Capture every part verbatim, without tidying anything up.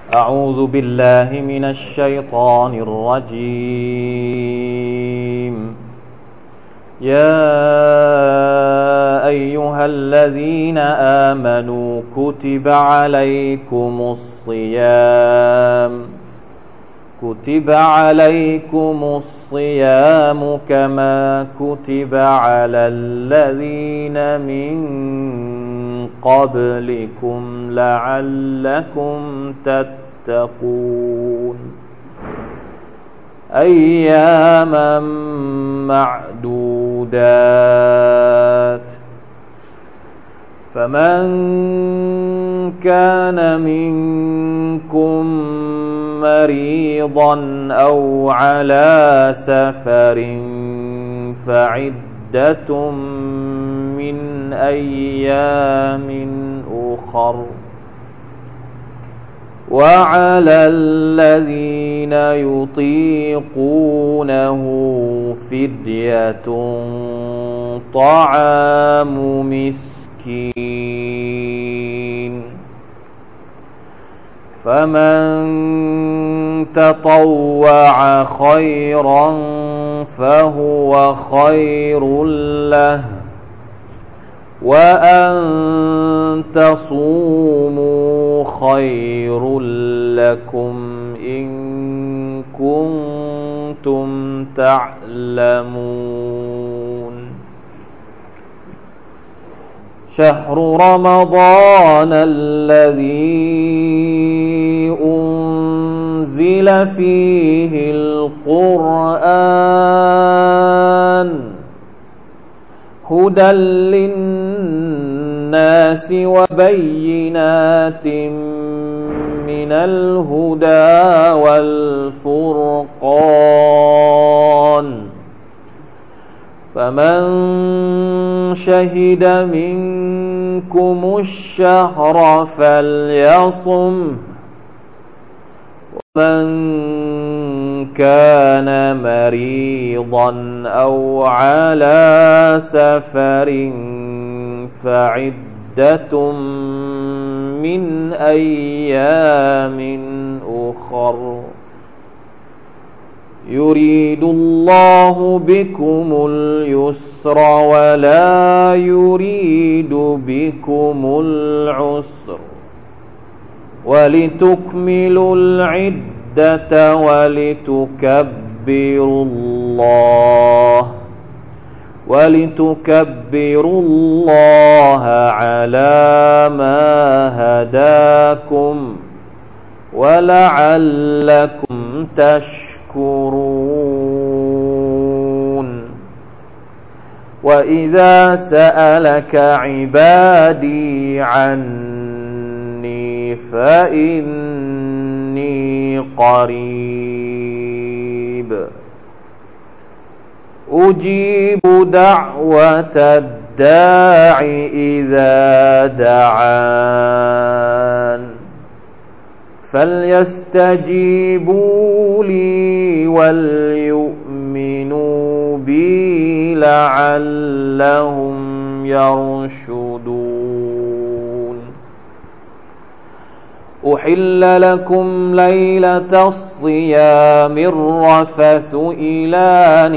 أعوذ بالله من الشيطان الرجيم يا أيها الذين آمنوا كتب عليكم الصيام كتب عليكم الصيام كما كتب على الذين من قبلكم لعلكم تتقون أياما معدودات فمن كان منكم مريضا أو على سفر فعدة من أيام أخر وعلى الذين يطيقونه فدية طعام مسكين فمن تطوع خيرا فهو خير له وأن تصوموا خير لكم إن كنتم تعلمون شهر رمضان الذي أنزل فيه القرآن هدى للناس وبينات من الهدى والفرقان فمن شهد منكم الشهر فليصم ومن كان مريضا أو على سفر فعدة من أيام أخر يريد الله بكم اليسر ولا يريد بكم العسر ولتكملوا العدة ولتكبروا الله ولتكبروا الله على ما هداكم ولعلكم تشكرون وإذا سألك عبادي عني فإني قريب أجيب دعوة الداع إذا دعان فليستجيبوا لي وليؤمنوا بي لعلهم يرشدون أحل لكم ليلة الصيام الرفث إلى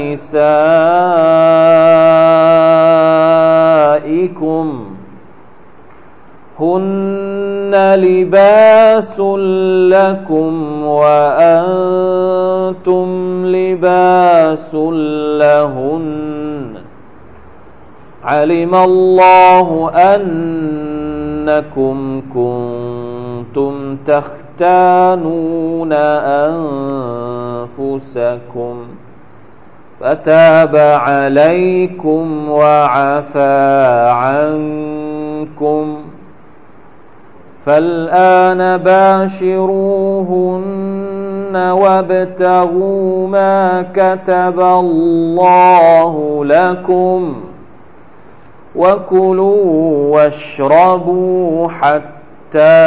نسائكم هن لباس لكم وأنتم لباس لهن علم الله أنكم كنتم تختانون أنفسكم فتاب عليكم وعفى عنكم فالآن باشروهن وابتغوا ما كتب الله لكم وكلوا واشربوا حتى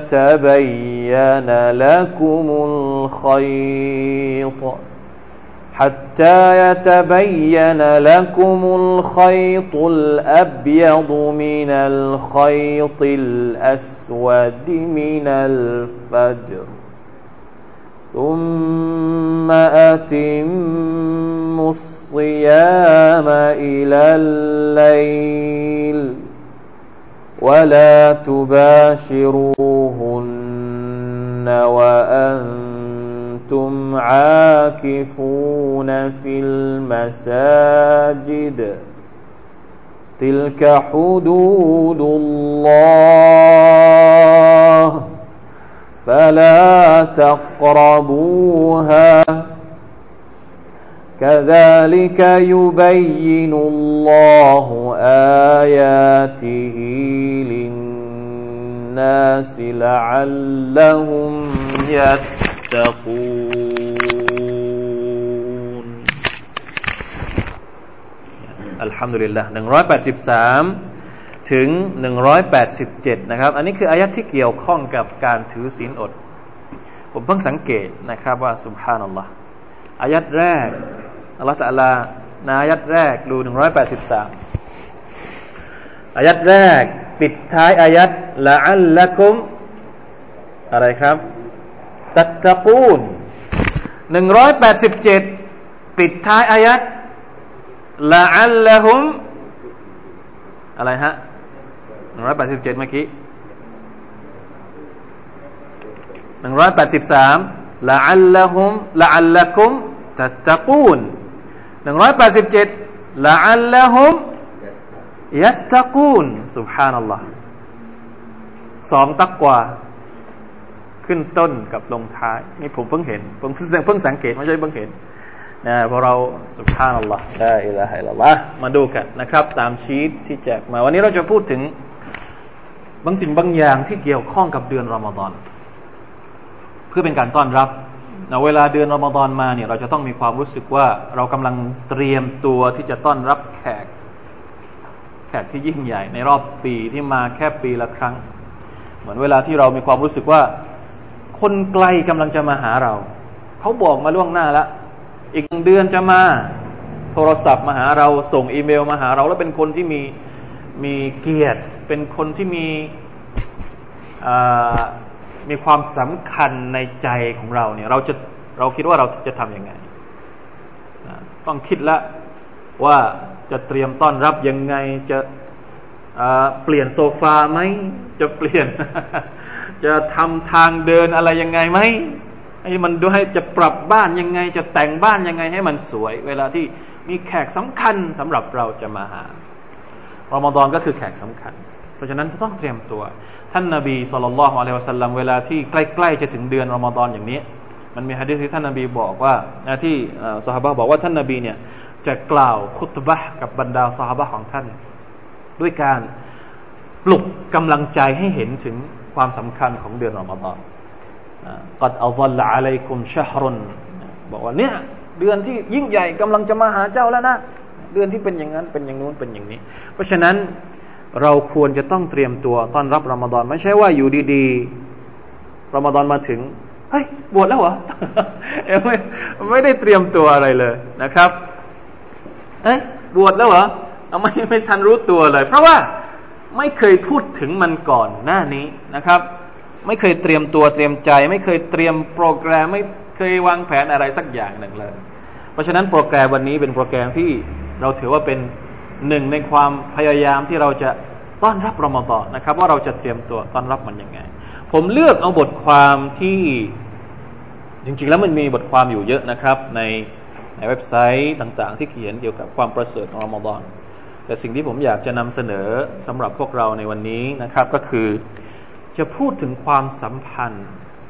يتبين لكم الخيط حتى يتبين لكم الخيط الأبيض من الخيط الأسود من الفجر ثم أتموا الصيام إلى الليل ولا تباشروهن وأنتم عاكفون في المساجد تلك حدود الله فلا تقربوها كذلك يبين الله آياته للناس لعلهم يتقون الحمد للهหนึ่งร้อยแปดสิบสามถึงหนึ่งร้อยแปดสิบเจ็ดนะครับอันนี้คืออายะห์ที่เกี่ยวข้องกับการถือศีลอดผมเพิ่งสังเกตนะครับว่าซุบฮานัลลอฮ์อายะห์แรกอัลเลาะห์ตะอาลาในอายะห์แรกดูหนึ่งร้อยแปดสิบสามอายะห์แรกปิดท้ายอายะห์ละอัลละกุมอะไรครับตัตตะกูนหนึ่งร้อยแปดสิบเจ็ดปิดท้ายอายะห์ละอัลละฮุมอะไรฮะหนึ่งร้อยแปดสิบเจ็ดเมื่อกี้หนึ่งร้อยแปดสิบสามละอัลละฮุมละอัลละกุมตัตตะกูนหนึ่งร้อยแปดสิบเจ็ดละอัลละฮุมยัตตะกูนซุบฮานัลลอฮ์สองตักวาขึ้นต้นกับลงท้ายนี่ผมเพิ่งเห็นผมเพิ่งสังเกตไม่ใช่เพิ่งเห็นนะพอเราซุบฮานัลลอฮ์ลาอิลาฮะอิลลัลลอฮ์มาดูกันนะครับตามชีทที่แจกมาวันนี้เราจะพูดถึงบางสิ่งบางอย่างที่เกี่ยวข้องกับเดือนรอมฎอนเพื่อเป็นการต้อนรับนะเวลาเดือนรอมฎอนมาเนี่ยเราจะต้องมีความรู้สึกว่าเรากำลังเตรียมตัวที่จะต้อนรับแขกแขกที่ยิ่งใหญ่ในรอบปีที่มาแค่ปีละครั้งเหมือนเวลาที่เรามีความรู้สึกว่าคนไกลกำลังจะมาหาเราเขาบอกมาล่วงหน้าแล้วอีกเดือนจะมาโทรศัพท์มาหาเราส่งอีเมลมาหาเราแล้วเป็นคนที่มีมีเกียรติเป็นคนที่มีมีความสำคัญในใจของเราเนี่ยเราจะเราคิดว่าเราจะทำยังไงต้องคิดละว่าจะเตรียมต้อนรับยังไงจะเปลี่ยนโซฟาไหมจะเปลี่ยน จะทำทางเดินอะไรยังไงไหมให้มันดูให้จะปรับบ้านยังไงจะแต่งบ้านยังไงให้มันสวยเวลาที่มีแขกสำคัญสำหรับเราจะมาหารอมฎอนก็คือแขกสำคัญเพราะฉะนั้นต้องเตรียมตัวท่านนบีศ็อลลัลลอฮุอะลัยฮิวะซัลลัมเวลาที่ใกล้ๆจะถึงเดือนรอมฎอนอย่างนี้มันมีหะดีษที่ท่านนบีบอกว่าที่ซอฮาบะห์บอกว่าท่านนบีเนี่ยจะกล่าวคุตบะห์กับบรรดาซอฮาบะห์ของท่านด้วยการปลุกกำลังใจให้เห็นถึงความสำคัญของเดือนรอมฎอนกัดอัลลอฮฺอะลัยกุมชะฮรุนบอกว่าเนี่ยเดือนที่ยิ่งใหญ่กำลังจะมาหาเจ้าแล้วนะเดือนที่เป็นอย่างนั้นเป็นอย่างนู้นเป็นอย่างนี้เพราะฉะนั้นเราควรจะต้องเตรียมตัวต้อนรับรอมฎอนไม่ใช่ว่าอยู่ดีๆรอมฎอนมาถึงเฮ้ยบวชแล้วเหรอ ไม่ไม่ได้เตรียมตัวอะไรเลยนะครับเฮ้ยบวชแล้วเหรอไม่ไม่ทันรู้ตัวเลยเพราะว่าไม่เคยพูดถึงมันก่อนหน้านี้นะครับไม่เคยเตรียมตัวเตรียมใจไม่เคยเตรียมโปรแกรมไม่เคยวางแผนอะไรสักอย่างหนึ่งเลยเพราะฉะนั้นโปรแกรมวันนี้เป็นโปรแกรมที่เราถือว่าเป็นหนึ่งในความพยายามที่เราจะต้อนรับรอมฎอนนะครับว่าเราจะเตรียมตัวต้อนรับมันยังไงผมเลือกเอาบทความที่จริงๆแล้วมันมีบทความอยู่เยอะนะครับในในเว็บไซต์ต่างๆที่เขียนเกี่ยวกับความประเสริฐของรอมฎอนแต่สิ่งที่ผมอยากจะนำเสนอสำหรับพวกเราในวันนี้นะครับก็คือจะพูดถึงความสัมพันธ์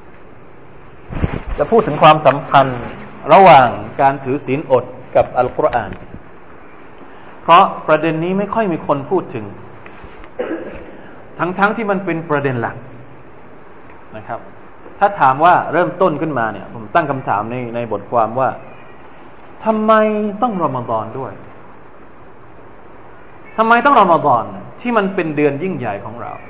จะพูดถึงความสัมพันธ์ระหว่างการถือศีลอดกับอัลกุรอานเพราะประเด็นนี้ไม่ค่อยมีคนพูดถึงทั้งๆ ท, ที่มันเป็นประเด็นหลักนะครับถ้าถามว่าเริ่มต้นขึ้นมาเนี่ยผมตั้งคำถามในในบทความว่าทำไมต้องรอมฎอนด้วยทำไมต้องรอมฎอนที่มันเป็นเดือนยิ่งใหญ่ของเรา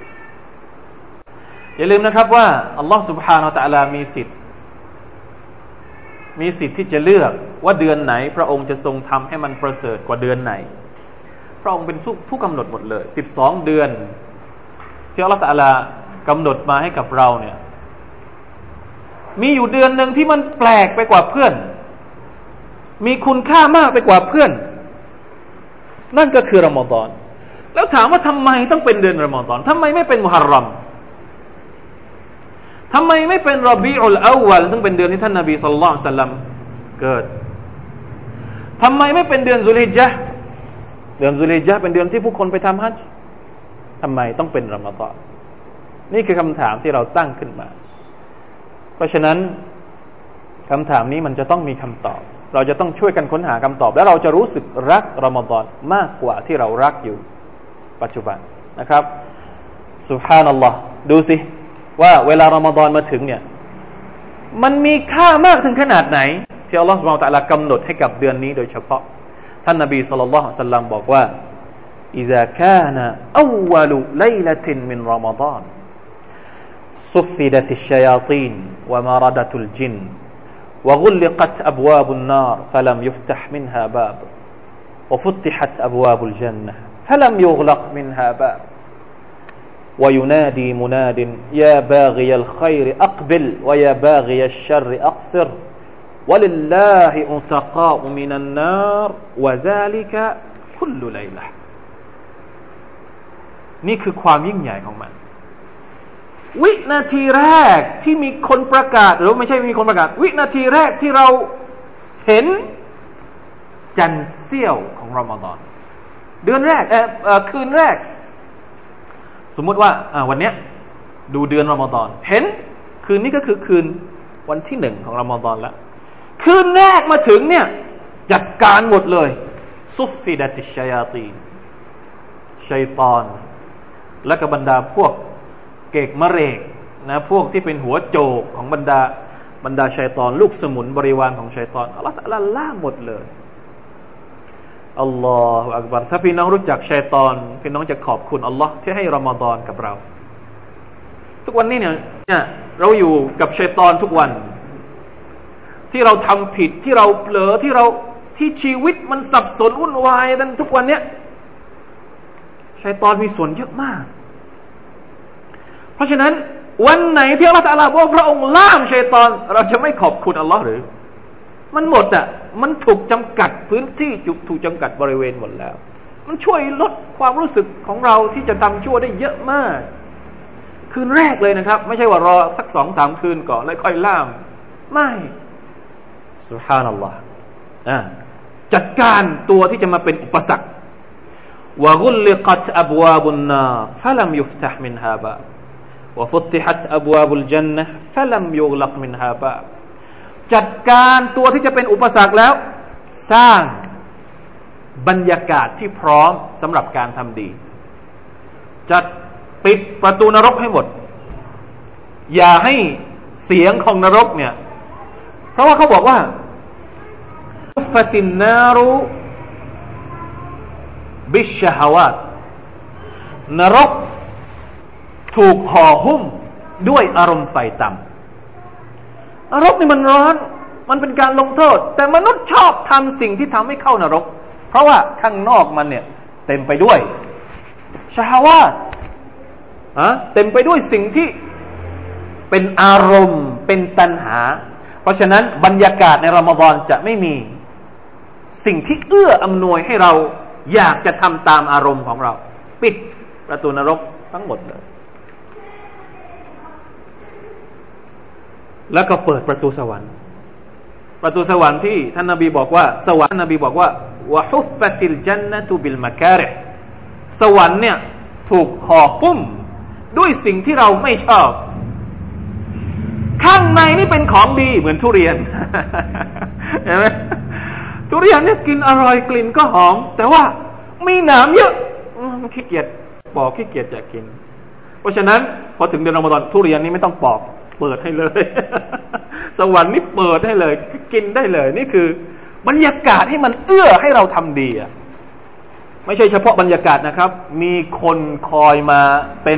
อย่าลืมนะครับว่าอัลลอฮฺ سبحانه และ تعالى มีสิทธิ์มีสิทธิ์ที่จะเลือกว่าเดือนไหนพระองค์จะทรงทำให้มันประเสริฐกว่าเดือนไหนพระองค์เป็นผู้กำหนดหมดเลยสิบสองเดือนที่อัลเลาะห์ตะอาลากำหนดมาให้กับเราเนี่ยมีอยู่เดือนหนึ่งที่มันแปลกไปกว่าเพื่อนมีคุณค่ามากไปกว่าเพื่อนนั่นก็คือรอมฎอนแล้วถามว่าทำไมต้องเป็นเดือนรอมฎอนทำไมไม่เป็นมุฮัรรอมทำไมไม่เป็นรอบีอุลอวัลซึ่งเป็นเดือนที่ท่านนบีศ็อลลัลลอฮุอะลัยฮิวะซัลลัมเกิดทำไมไม่เป็นเดือนซุลฮิจญะห์เดือนซุลฮิจญะห์เป็นเดือนที่ผู้คนไปทำฮัจญ์ทำไมต้องเป็นรอมฎอนนี่คือคำถามที่เราตั้งขึ้นมาเพราะฉะนั้นคำถามนี้มันจะต้องมีคำตอบเราจะต้องช่วยกันค้นหาคำตอบและเราจะรู้สึกรักรอมฎอนมากกว่าที่เรารักอยู่ปัจจุบันนะครับซุบฮานัลลอฮ์ดูสิว่าเวลารอมฎอนมาถึงเนี่ยมันมีค่ามากถึงขนาดไหนที่อัลลอฮฺซุบฮานะฮูวะตะอาลากำหนดให้กับเดือนนี้โดยเฉพาะท่านนบีศ็อลลัลลอฮุอะลัยฮิวะซัลลัมบอกว่า إذا كان أول ليلة من رمضان صفدت الشياطين ومردت الجن وغلقت أبواب النار فلم يفتح منها باب وفتحت أبواب الجنة فلم يغلق منها باب وينادي مناد يا باغي الخير أقبل ويا باغي الشر أقصر ولله عتقاء من النار وذلك كل ليلة นี่คือความยิ่งใหญ่ของมันวินาทีแรกที่มีคนประกาศหรือไม่ใช่มีคนประกาศวินาทีแรกที่เราเห็นจันทร์เสี้ยวของรอมฎอนเดือนแรกเอ่อเอ่อคืนแรกสมมุติว่าอ่าวันเนี้ยดูเดือนรอมฎอนเห็นคืนนี้ก็คือคืนวันที่หนึ่งของรอมฎอนแล้วคืนแรกมาถึงเนี่ยจัดการหมดเลยซุฟฟิดัติชชัยาตีนชัยฏอนและก็บรรดาพวกเกกมะเรกนะพวกที่เป็นหัวโจกของบรรดาบรรดาชัยฏอนลูกสมุนบริวารของชัยฏอนอัลเลาะห์ตะอาลาล่าหมดเลยอัลลอฮฺอักบัรถ้าพี่น้องรู้จักชัยฏอนพี่น้องจะขอบคุณอัลลอฮ์ที่ให้รอมฎอนกับเราทุกวันนี้เนี่ยเนี่ยเราอยู่กับชัยฏอนทุกวันที่เราทำผิดที่เราเผลอที่เราที่ชีวิตมันสับสนวุ่นวายกันทุกวันเนี้ยชัยฏอนมีส่วนเยอะมากเพราะฉะนั้นวันไหนที่อัลเลาะห์ตะอาลาบอกพระองค์ล่ามชัยฏอนเราจะไม่ขอบคุณอัลลอฮ์หรือมันหมดอ่ะมันถูกจำกัดพื้นที่จุกถูกจำกัดบริเวณหมดแล้วมันช่วยลดความรู้สึกของเราที่จะทำชั่วได้เยอะมากคืนแรกเลยนะครับไม่ใช่ว่ารอสักสองสามคืนก่อนแล้วค่อยล่ามไม่ซุบฮานัลลอฮ์อ่าจัดการตัวที่จะมาเป็นอุปสรรควะกุลลิกัตอับวาบุนนาร์ฟะลัมยุฟตะฮ์มินฮาบาบวะฟุติฮัตอับวาบุลญันนะฮ์ฟะลัมยุฆลักมินฮาบาบจัดการตัวที่จะเป็นอุปสรรคแล้วสร้างบรรยากาศที่พร้อมสำหรับการทำดีจัดปิดประตูนรกให้หมดอย่าให้เสียงของนรกเนี่ยเพราะว่าเขาบอกว่าฟะตินนารุบิชชะฮาวาตนรกถูกห่อหุ้มด้วยอารมณ์ไฟต่ำนรกนี่มันร้อนมันเป็นการลงโทษแต่มนุษย์ชอบทำสิ่งที่ทำให้เข้านรกเพราะว่าข้างนอกมันเนี่ยเต็มไปด้วยชะฮาวาตอะเต็มไปด้วยสิ่งที่เป็นอารมณ์เป็นตัณหาเพราะฉะนั้นบรรยากาศในรอมฎอนจะไม่มีสิ่งที่เอื้ออำนวยให้เราอยากจะทำตามอารมณ์ของเราปิดประตูนรกทั้งหมดเลยแล้วก็เปิดประตูสวรรค์ประตูสวรรค์ที่ท่านนบีบอกว่าสวรรค์นบีบอกว่าวะฮุฟฟะติลญันนะตุบิลมะการิฮ์สวรรค์เนี่ยถูกห่อหุ้มด้วยสิ่งที่เราไม่ชอบข้างในนี่เป็นของดีเหมือนทุเรียนเห็นไหมทุเรียนเนี่ยกินอร่อยกลิ่นก็หอมแต่ว่ามีหนามเยอะมันขี้เกียจปอกขี้เกียจจะกินเพราะฉะนั้นพอถึงเดือนรอมฎอนทุเรียนนี่ไม่ต้องปอกเปิดให้เลยสวรรค์นี่เปิดให้เลยกินได้เลยนี่คือบรรยากาศให้มันเอื้อให้เราทำดีอ่ะไม่ใช่เฉพาะบรรยากาศนะครับมีคนคอยมาเป็น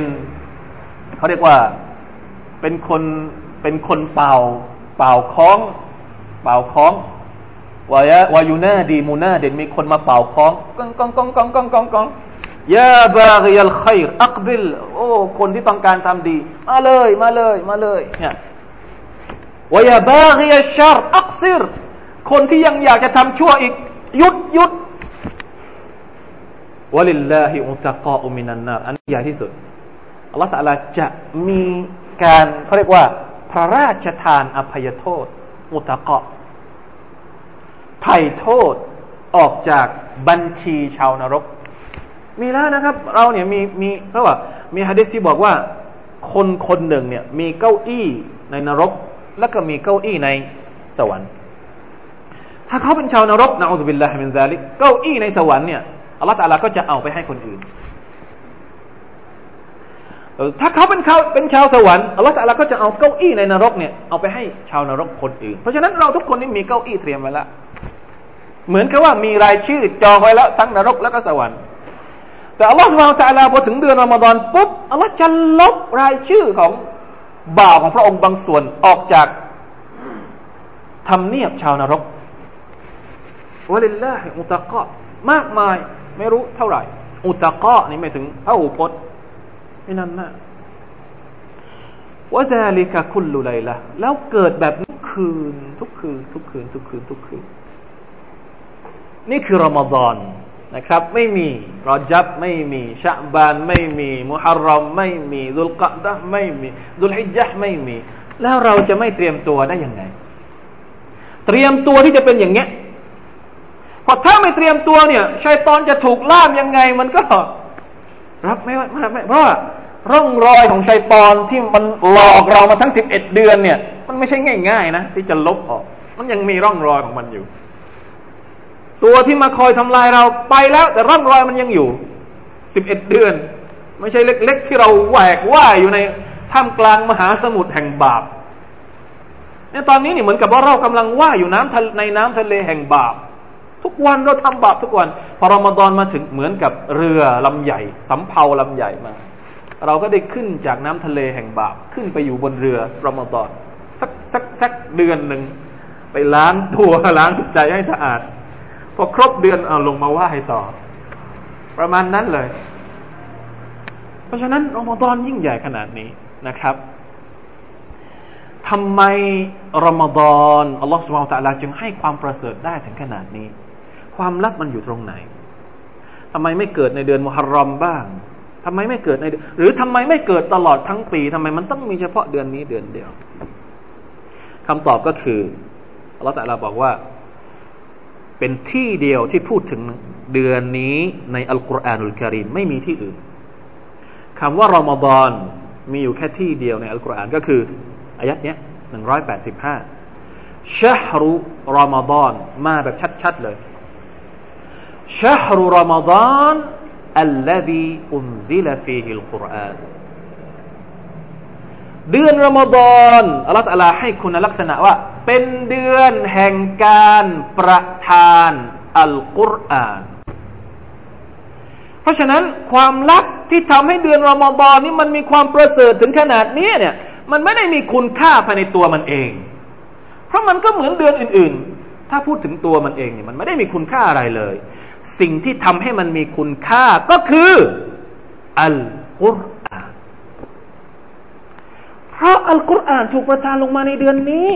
เขาเรียกว่าเป็นคนเป็นคนเป่าเป่าค้องเป่าค้องวายะวายูนาดีมูนาเด่นมีคนมาเป่าค้องก้องก้องก้องก้องก้องก้องก้องยาบากิยัลขัยรอักบิลโอ้คนที่ต้องการทำดีมาเลยมาเลยมาเลยเนี่ยวายาบากิยัชชัรอักซิรคนที่ยังอยากจะทำชั่วอีกหยุดหยุดวะลิลลาฮิอุตะกออุมินันนารอันนี้ใหญ่ที่สุดอัลลอฮฺตะอาลาจะมีการเขาเรียกว่าพระราชทานอภัยโทษอุตะกอไถ่โทษออกจากบัญชีชาวนรกมีแล้วนะครับเราเนี่ยมีมีเพราะว่ามีหะดีษที่บอกว่าคนคนหนึ่งเนี่ยมีเก้าอี้ในนรกแล้วก็มีเก้าอี้ในสวรรค์ถ้าเขาเป็นชาวนรกนะอูซุบิลลาฮิมินซาลิกเก้าอี้ในสวรรค์เนี่ยอัลเลาะห์ตะอาลาก็จะเอาไปให้คนอื่นถ้าเขาเป็นเขาเป็นชาวสวรรค์อัลเลาะห์ตะอาลาก็จะเอาเก้าอี้ในนรกเนี่ยเอาไปให้ชาวนรกคนอื่นเพราะฉะนั้นเราทุกคนนี่มีเก้าอี้เตรียมไว้แล้วเหมือนกับว่ามีรายชื่อจองไว้แล้วทั้งนรกแล้วก็สวรรค์แต่อัลเลาะห์ซุบฮานะฮูวะตะอาลาพอถึงเดือนรอมฎอนปุ๊บอัลเลาะห์จะลบรายชื่อของบ่าวของพระองค์บางส่วนออกจากทำเนียบชาวนรกวะลิลลาฮิอุตะกอมากมายไม่รู้เท่าไหร่อุตะกอนี่ไม่ถึงพหูพจน์ไม่นั่นนะวะซาลิกะคุลลุไลละแล้วเกิดแบบทุกคืนทุกคืนทุกคืนทุกคืนทุกคืนนี่คือรอมฎอนนะครับไม่มีรอญับไม่มีชะบานไม่มีมุฮัรรอมไม่มีซุลกะดะห์ไม่มีซุลฮิจญะห์ไม่มีแล้วเราจะไม่เตรียมตัวได้ยังไงเตรียมตัวที่จะเป็นอย่างเงี้ยพอถ้าไม่เตรียมตัวเนี่ยชัยฏอนจะถูกล่ามยังไงมันก็รับไม่ไม่ไม่เพราะว่าร่องรอยของชัยฏอนที่มันหลอกเรามาทั้งสิบเอ็ดเดือนเนี่ยมันไม่ใช่ง่ายๆนะที่จะลบออกมันยังมีร่องรอยของมันอยู่ตัวที่มาคอยทำลายเราไปแล้วแต่ร่องรอยมันยังอยู่สิบเอ็ดเดือนไม่ใช่เล็กๆที่เราแหวกว่ายอยู่ในท่ามกลางมหาสมุทรแห่งบาปเนี่ยตอนนี้นี่เหมือนกับว่าเรากำลังว่ายอยู่น้ำในน้ำทะเลแห่งบาปทุกวันเราทำบาปทุกวันพอรอมฎอนมาถึงเหมือนกับเรือลำใหญ่สำเภาลำใหญ่มาเราก็ได้ขึ้นจากน้ำทะเลแห่งบาปขึ้นไปอยู่บนเรือรอมฎอนสักสักสักเดือนหนึ่งไปล้างตัวล้างใจให้สะอาดพอครบเดือนเอาลงมาว่าให้ต่อประมาณนั้นเลยเพราะฉะนั้นรอมฎอนยิ่งใหญ่ขนาดนี้นะครับทำไมรอมฎอนอัลลอฮฺซุบฮานะฮูวะตะอาลาจึงให้ความประเสริฐได้ถึงขนาดนี้ความลับมันอยู่ตรงไหนทำไมไม่เกิดในเดือนมุฮัรรอมบ้างทำไมไม่เกิดในหรือทำไมไม่เกิดตลอดทั้งปีทำไมมันต้องมีเฉพาะเดือนนี้เดือนเดียวคำตอบก็คืออัลลอฮฺตะอาลาบอกว่าเป็นที่เดียวที่พูดถึงเดือนนี้ในอัลกุรอานุลกะรีมไม่มีที่อื่นคำว่ารอมฎอนมีอยู่แค่ที่เดียวในอัลกุรอานก็คืออายัดเนี้ยหนึ่งร้อยแปดสิบห้าชะฮรุรอมฎอนมาแบบชัดๆเลยชะฮรุรอมฎอนอัลลซีอุนซิลฟีฮิลกุรอานเดือนรอมฎอนอัลเลาะห์ตะอาลาให้คุณลักษณะว่าเป็นเดือนแห่งการประทานอัลกุรอานเพราะฉะนั้นความลับที่ทำให้เดือนรอมฎอนนี้มันมีความประเสริฐถึงขนาดนี้เนี่ยมันไม่ได้มีคุณค่าภายในตัวมันเองเพราะมันก็เหมือนเดือนอื่นๆถ้าพูดถึงตัวมันเองเนี่ยมันไม่ได้มีคุณค่าอะไรเลยสิ่งที่ทำให้มันมีคุณค่าก็คืออัลกุรอานเพราะอัลกุรอานถูกประทานลงมาในเดือนนี้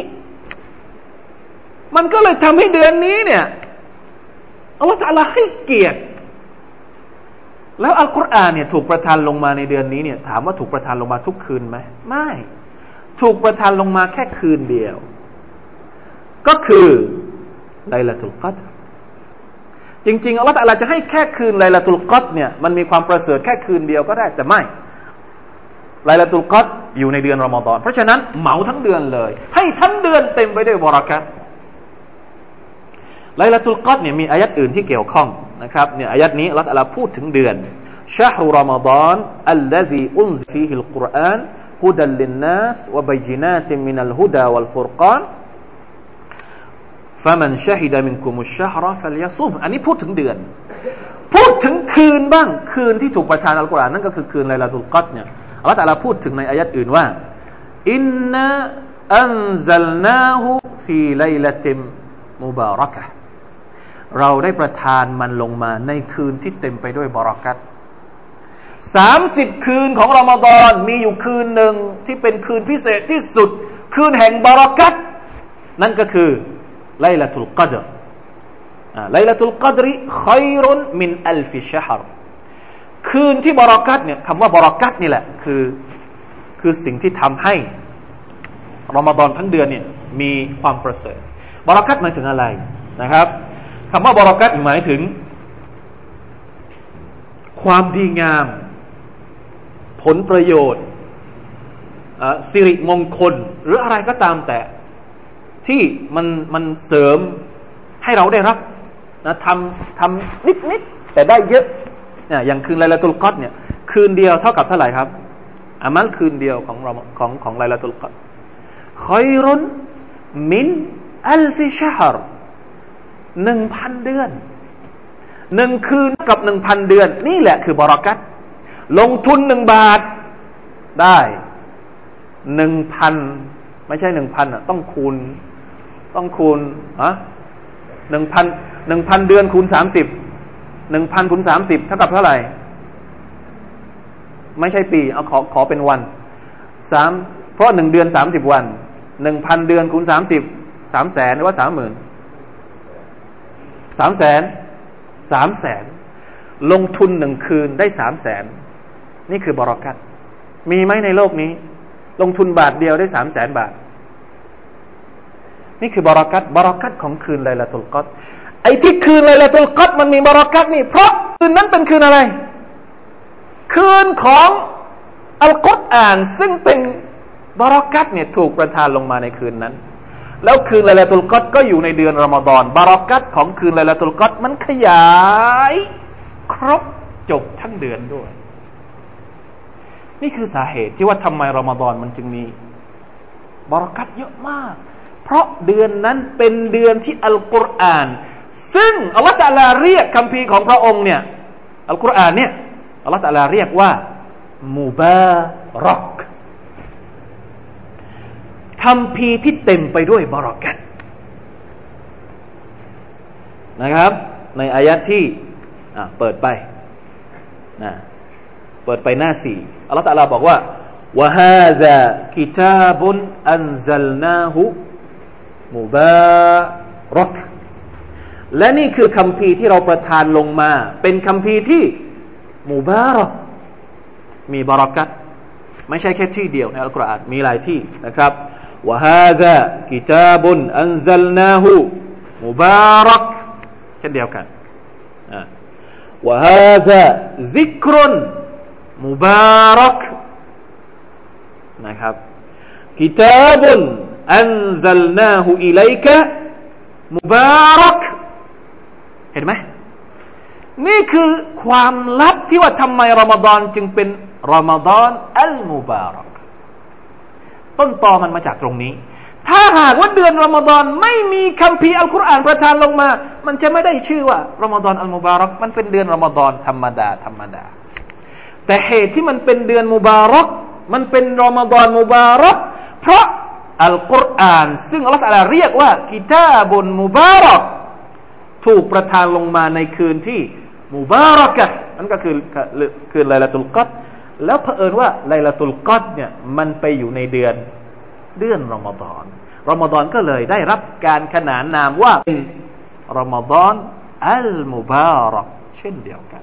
มันก็เลยทำให้เดือนนี้เนี่ยอัลลอฮฺตะอาลาให้เกียรติแล้วอัลกุรอานเนี่ยถูกประทานลงมาในเดือนนี้เนี่ยถามว่าถูกประทานลงมาทุกคืนไหมไม่ถูกประทานลงมาแค่คืนเดียวก็คือไลลาตุลกัดรจริงๆอัลเลาะห์ตะอาลาจะให้แค่คืนไลลาตุลกัดรเนี่ยมันมีความประเสริฐแค่คืนเดียวก็ได้แต่ไม่ไลลาตุลกัดรอยู่ในเดือนรอมฎอนเพราะฉะนั้นเหมาทั้งเดือนเลยให้ทั้งเดือนเต็มไปด้วยบารอกะฮ์ไลลาตุลกัดรเนี่ยมีอายัดอื่นที่เกี่ยวข้องนะครับเนี่ยอายัดนี้อัลเลาะห์ตะอาลาพูดถึงเดือนชะฮรุรอมฎอนอัลลซีอุนซิลฟีฮิลกุรอานฮุดัลลินนัสวะบัยญินาตินมินัลฮุดาวัลฟุรกานفمن شهد منكم الشهر فليصم อันนี้พูดถึงเดือนพูดถึงคืนบ้างคืนที่ถูกประทานอัลกุรอานนั่นก็คือคืนไลลาตุลกัดรเนี่ยอัลเลาะห์ตะอาลาพูดถึงในอายัดอื่นว่าอินนาอันซัลนาฮูฟีไลละติมมุบารักะห์เราได้ประทานมันลงมาในคืนที่เต็มไปด้วยบารอกัตสามสิบคืนของรอมฎอนมีอยู่คืนหนึ่งที่เป็นคืนพิเศษที่สุดคืนแห่งบารอกัตนั่นก็คือไลละตุลกัดรอ่าไลละตุลกัดรค็อยรุนมินอัลฟิชะฮรคืนที่บารอกัตเนี่ยคำว่าบารอกัตนี่แหละคือคือสิ่งที่ทำให้รอมฎอนทั้งเดือนเนี่ยมีความประเสริฐบารอกัตหมายถึงอะไรนะครับคำว่าบารอกัตหมายถึงความดีงามผลประโยชน์สิริมงคลหรืออะไรก็ตามแต่ที่มันมันเสริมให้เราได้รับนะทำทำนิดนิดแต่ได้เยอะเนี่ยอย่างคืนไลลาตุลกัดเนี่ยคืนเดียวเท่ากับเท่าไหร่ครับอามัลคืนเดียวของเราของของไลลาตุลกัดค็อยรุนมินอัลฟิชะฮรหนึ่งพันเดือนหนึ่งคืนกับหนึ่งพันเดือนนี่แหละคือบารอกัตลงทุนหนึ่งบาทได้หนึ่งพันไม่ใช่หนึ่งพันอ่ะต้องคูณต้องคูณฮะหนึ่งพันหนึ่งพันเดือนคูณสามสิบหนึ่งพันคูณสามสิบเท่ากับเท่าไหร่ไม่ใช่ปีเอาขอขอเป็นวันสามเพราะหนึ่งเดือนสามสิบวันหนึ่งพันเดือนคูณสามสิบสามแสนหรือว่าสามหมื่นสามแสนสามแสนลงทุนหนึ่งคืนได้สามแสนนี่คือบารอกัตมีไหมในโลกนี้ลงทุนบาทเดียวได้สามแสนบาทนี่คือบารอกัตบารอกัตของคืนไลลาตุลกัดรไอ้ที่คืนไลลาตุลกัดรมันมีบารอกัตนี่เพราะคืนนั้นเป็นคืนอะไรคืนของอัลกุรอานซึ่งเป็นบารอกัตเนี่ยถูกประทานลงมาในคืนนั้นแล้วคืนไลลาตุลกัดรก็อยู่ในเดือนรอมฎอนบารอกัตของคืนไลลาตุลกัดรมันขยายครบจบทั้งเดือนด้วยนี่คือสาเหตุที่ว่าทำไมรอมฎอนมันจึงมีบารอกัตเยอะมากเพราะเดือนนั้นเป็นเดือนที่อัลกุรอานซึ่งอัลลอฮฺตะอาลาเรียกคัมภีร์ของพระองค์เนี่ยอัลกุรอานเนี่ยอัลลอฮฺตะอาลาเรียกว่ามุบารักคัมภีร์ที่เต็มไปด้วยบารอกัตนะครับในอายะห์ที่อ่ะเปิดไปนะเปิดไปหน้าสี่อัลลอฮฺตะอาลาบอกว่าวะฮาซากิตาบุนอันซัลนาฮุมุบารักและนี่คือคัมภีร์ที่เราประทานลงมาเป็นคัมภีร์ที่มุบารักมีบารอกัตไม่ใช่แค่ที่เดียวในอัลกุรอานมีหลายที่นะครับวะฮาซากิตาบุนอันซัลนาฮุมุบารักเช่นเดียวกันวะฮาซาซิกรุนมุบารักนะครับกิตาบุนอันซัลนาฮุอิลัยกะมุบารักเห็นไหมนี่คือความลับที่ว่าทำไมรอมฎอนจึงเป็นรอมฎอนอัลมุบารักต้นตอมันมาจากตรงนี้ถ้าหากว่าเดือนรอมฎอนไม่มีคัมภีร์อัลกุรอานประทานลงมามันจะไม่ได้ชื่อว่ารอมฎอนอัลมุบารักมันเป็นเดือนรอมฎอนธรรมดาธรรมดาแต่เหตุที่มันเป็นเดือนมุบารักมันเป็นรอมฎอนมุบารักเพราะอัลกุรอานซึ่งอัลเลาะห์ตะอาลาเรียกว่ากิตาบุนมุบารักถูกประทานลงมาในคืนที่มุบารักะห์นั่นก็คือคืนไลลาตุลกัดรแล้วเผอิญว่าไลลาตุลกัดรเนี่ยมันไปอยู่ในเดือนเดือนรอมฎอนรอมฎอนก็เลยได้รับการขนานนามว่าเป็นรอมฎอนอัลมุบารักเช่นเดียวกัน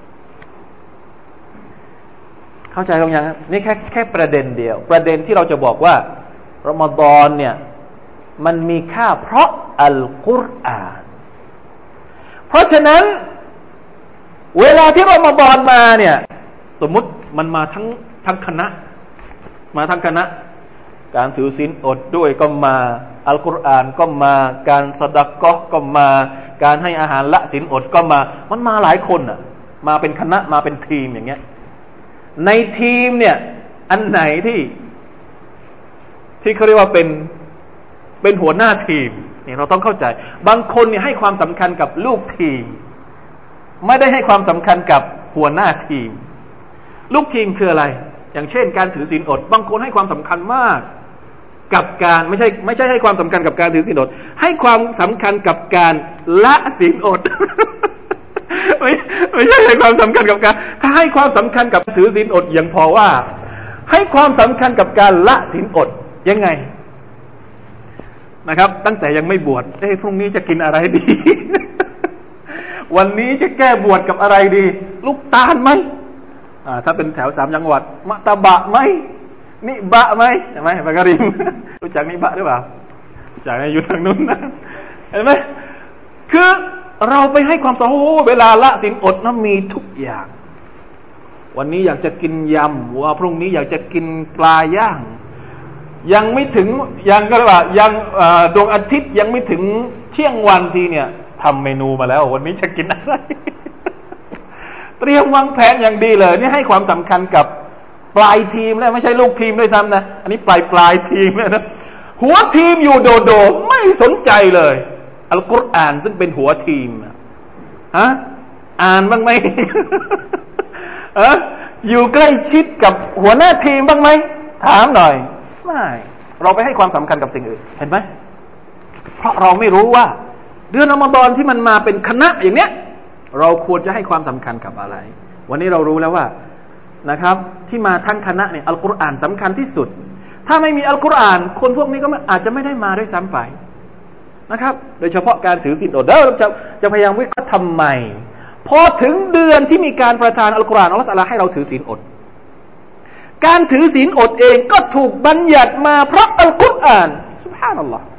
เข้าใจตรงยังครับนี่แค่แค่ประเด็นเดียวประเด็นที่เราจะบอกว่ารอมฎอนเนี่ยมันมีค่าเพราะอัลกุรอานเพราะฉะนั้นเวลาที่รอมฎอนมาเนี่ยสมมุติมันมาทั้งทั้งคณะมาทั้งคณะการถือศีลอดด้วยก็มาอัลกุรอานก็มาการซะดะกอฮ์ก็มาการให้อาหารละศีลอดก็มามันมาหลายคนอ่ะมาเป็นคณะมาเป็นทีมอย่างเงี้ยในทีมเนี่ยอันไหนที่ที่เขาเรียกว่าเป็นเป็นหัวหน้าทีมนี่เราต้องเข้าใจบางคนเนี่ยให้ความสำคัญกับลูกทีมไม่ได้ให้ความสำคัญกับหัวหน้าทีมลูกทีมคืออะไรอย่างเช่นการถือศีลอดบางคนให้ความสำคัญมากกับการไม่ใช่ไม่ใช่ให้ความสำคัญกับการถือศีลอดให้ความสำคัญกับการละศีลอด ไม่ไม่ใช่ให้ความสำคัญกับการถ้าให้ความสำคัญกับถือศีลอดยังพอว่าให้ความสำคัญกับการละศีลอดยังไงนะครับตั้งแต่ยังไม่บวชเอ้พรุ่งนี้จะกินอะไรดี วันนี้จะแก้บวชกับอะไรดีลูกตาลไหมอ่าถ้าเป็นแถวสามจังหวัดมะตะบะไหมนิบะไหมใช่ไหมบากริม รู้จักนิบะหรือเปล่ารู้จักอยู่ทางนู้นนะเห็นไหมคือเราไปให้ความสำคัญเวลาละศีลอดนั้นมีทุกอย่างวันนี้อยากจะกินยำว่าพรุ่งนี้อยากจะกินปลาย่างยังไม่ถึงยังก็เรียกว่ายังดวงอาทิตย์ยังไม่ถึงเที่ยงวันทีเนี่ยทำเมนูมาแล้ววันนี้จะกินอะไร เตรียมวางแผนอย่างดีเลยนี่ให้ความสำคัญกับปลายทีมแล้วไม่ใช่ลูกทีมด้วยซ้ำนะอันนี้ปลายปลายทีมนะหัวทีมอยู่โดโดไม่สนใจเลยอัลกุรอานซึ่งเป็นหัวทีมฮะอ่านบ้างไหม ฮะอยู่ใกล้ชิดกับหัวหน้าทีมบ้างไหมถามหน่อยไม่เราไปให้ความสำคัญกับสิ่งอื่นเห็นไหมเพราะเราไม่รู้ว่าเดือนรอมฎอนที่มันมาเป็นคณะอย่างเนี้ยเราควรจะให้ความสำคัญกับอะไรวันนี้เรารู้แล้วว่านะครับที่มาทั้งคณะเนี่ยอัลกุรอานสำคัญที่สุดถ้าไม่มีอัลกุรอานคนพวกนี้ก็อาจจะไม่ได้มาด้วยซ้ำไปนะครับโดยเฉพาะการถือศีลอดเดี๋ยวเราจะจะพยายามวิเคราะห์ทำไมพอถึงเดือนที่มีการประทานอัลกุรอานอัลเลาะห์ตะอาลาให้เราถือศีลอดการถือศีลอดเองก็ถูกบัญญัติมาเพราะอัลกุรอานซุบฮานัลลอฮ์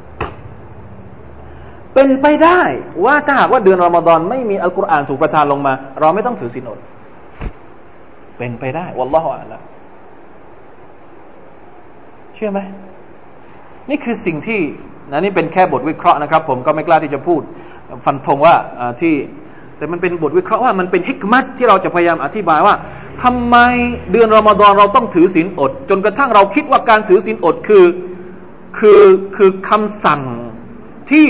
เป็นไปได้ว่าถ้าหากว่าเดือนรอมฎอนไม่มีอัลกุรอานถูกประทานลงมาเราไม่ต้องถือศีลอดเป็นไปได้วัลลอฮุอะลัมเชื่อไหมนี่คือสิ่งที่นะนี่เป็นแค่บทวิเคราะห์นะครับผมก็ไม่กล้าที่จะพูดฟันธงว่าที่แต่มันเป็นบทวิเคราะห์ว่ามันเป็นฮิกมัตที่เราจะพยายามอธิบายว่าทำไมเดือนรอมฎอนเราต้องถือศีลอดจนกระทั่งเราคิดว่าการถือศีลอดคือคือคือคำสั่งที่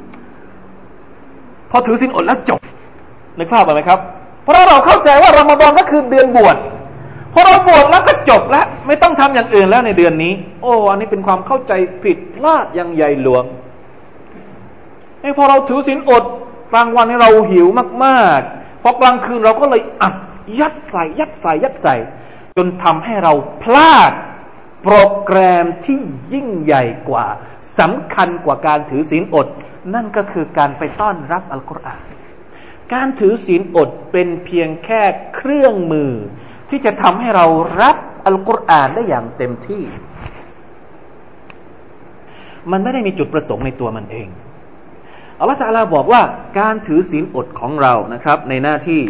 พอถือศีลอดแล้วจบนึกภาพออกไหมครับเพราะเราเข้าใจว่ารอมฎอนก็คือเดือนบวชพอเราบวชแล้วก็จบแล้วไม่ต้องทำอย่างอื่นแล้วในเดือนนี้โอ้อันนี้เป็นความเข้าใจผิดพลาดอย่างใหญ่หลวงไอ้พอเราถือศีลอดกลางวันให้เราหิวมากๆพอกลางคืนเราก็เลยอัดยัดใส่ยัดใส่ยัดใส่จนทำให้เราพลาดโปรแกรมที่ยิ่งใหญ่กว่าสำคัญกว่าการถือศีลอดนั่นก็คือการไปต้อนรับอัลกุรอานการถือศีลอดเป็นเพียงแค่เครื่องมือที่จะทำให้เรารับอัลกุรอานได้อย่างเต็มที่มันไม่ได้มีจุดประสงค์ในตัวมันเองอัลเลาะห์ตะอาลาบอกว่าการถือศีลอดของเรานะครับในหน้าที่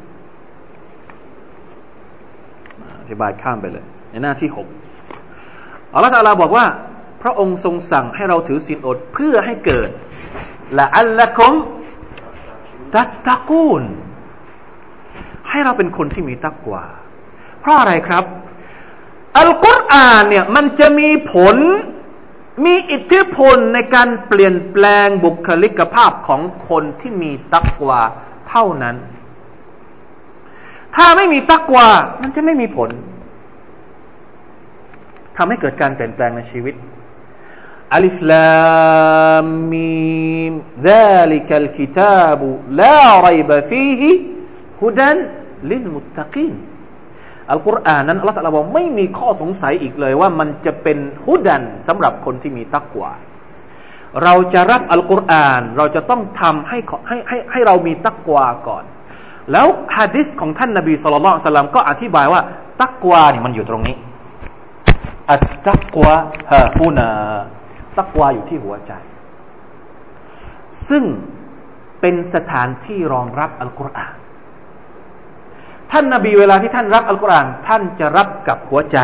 อธิบายข้ามไปเลยในหน้าที่หกอัลเลาะห์ตะอาลาบอกว่าพระองค์ทรงสั่งให้เราถือศีลอดเพื่อให้เกิดละอัลละกุมตัตตะกูนให้เราเป็นคนที่มีตักวาเพราะอะไรครับอัลกุรอานเนี่ยมันจะมีผลมีอิทธิพลในการเปลี่ยนแปลงบุคลิกภาพของคนที่มีตักวาเท่านั้นถ้าไม่มีตักวามันจะไม่มีผลทำให้เกิดการเปลี่ยนแปลงในชีวิตอัลิฟลามมีมซาลิกัลกิตาบลาไรบะฟีฮิฮุดันลิลมุตตะกีนอัลกุรอานนั้นอัลเลาะห์ตะอาลาบอกไม่มีข้อสงสัยอีกเลยว่ามันจะเป็นฮุดันสำหรับคนที่มีตักวาเราจะรับอัลกุรอานเราจะต้องทำให้ให้ให้ให้เรามีตักวาก่อนแล้วหะดีษของท่านนบีศ็อลลัลลอฮุอะลัยฮิวะซัลลัมก็อธิบายว่าตักวานี่มันอยู่ตรงนี้อัตตักวาฮาฮูนาตักวาอยู่ที่หัวใจซึ่งเป็นสถานที่รองรับอัลกุรอานท่านนบีเวลาที่ท่านรับอัลกุรอานท่านจะรับกับหัวใจ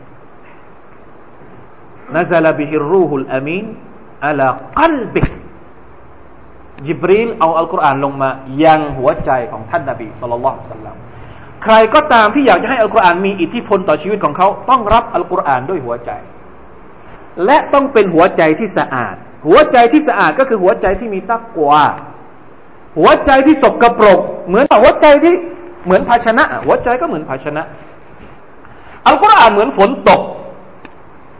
นะซะลาบิฮิรรูฮุลอามีนอะลากัลบิญิบรีลเอาอัลกุรอานลงมายังหัวใจของท่านนบีศ็อลลัลลอฮุอะลัยฮิวะซัลลัมใครก็ตามที่อยากจะให้อัลกุรอานมีอิทธิพลต่อชีวิตของเขาต้องรับอัลกุรอานด้วยหัวใจและต้องเป็นหัวใจที่สะอาดหัวใจที่สะอาดก็คือหัวใจที่มีตักวาหัวใจที่สกปรกเหมือนหัวใจที่เหมือนภาชนะหัวใจก็เหมือนภาชนะอัลกุรอานเหมือนฝนตก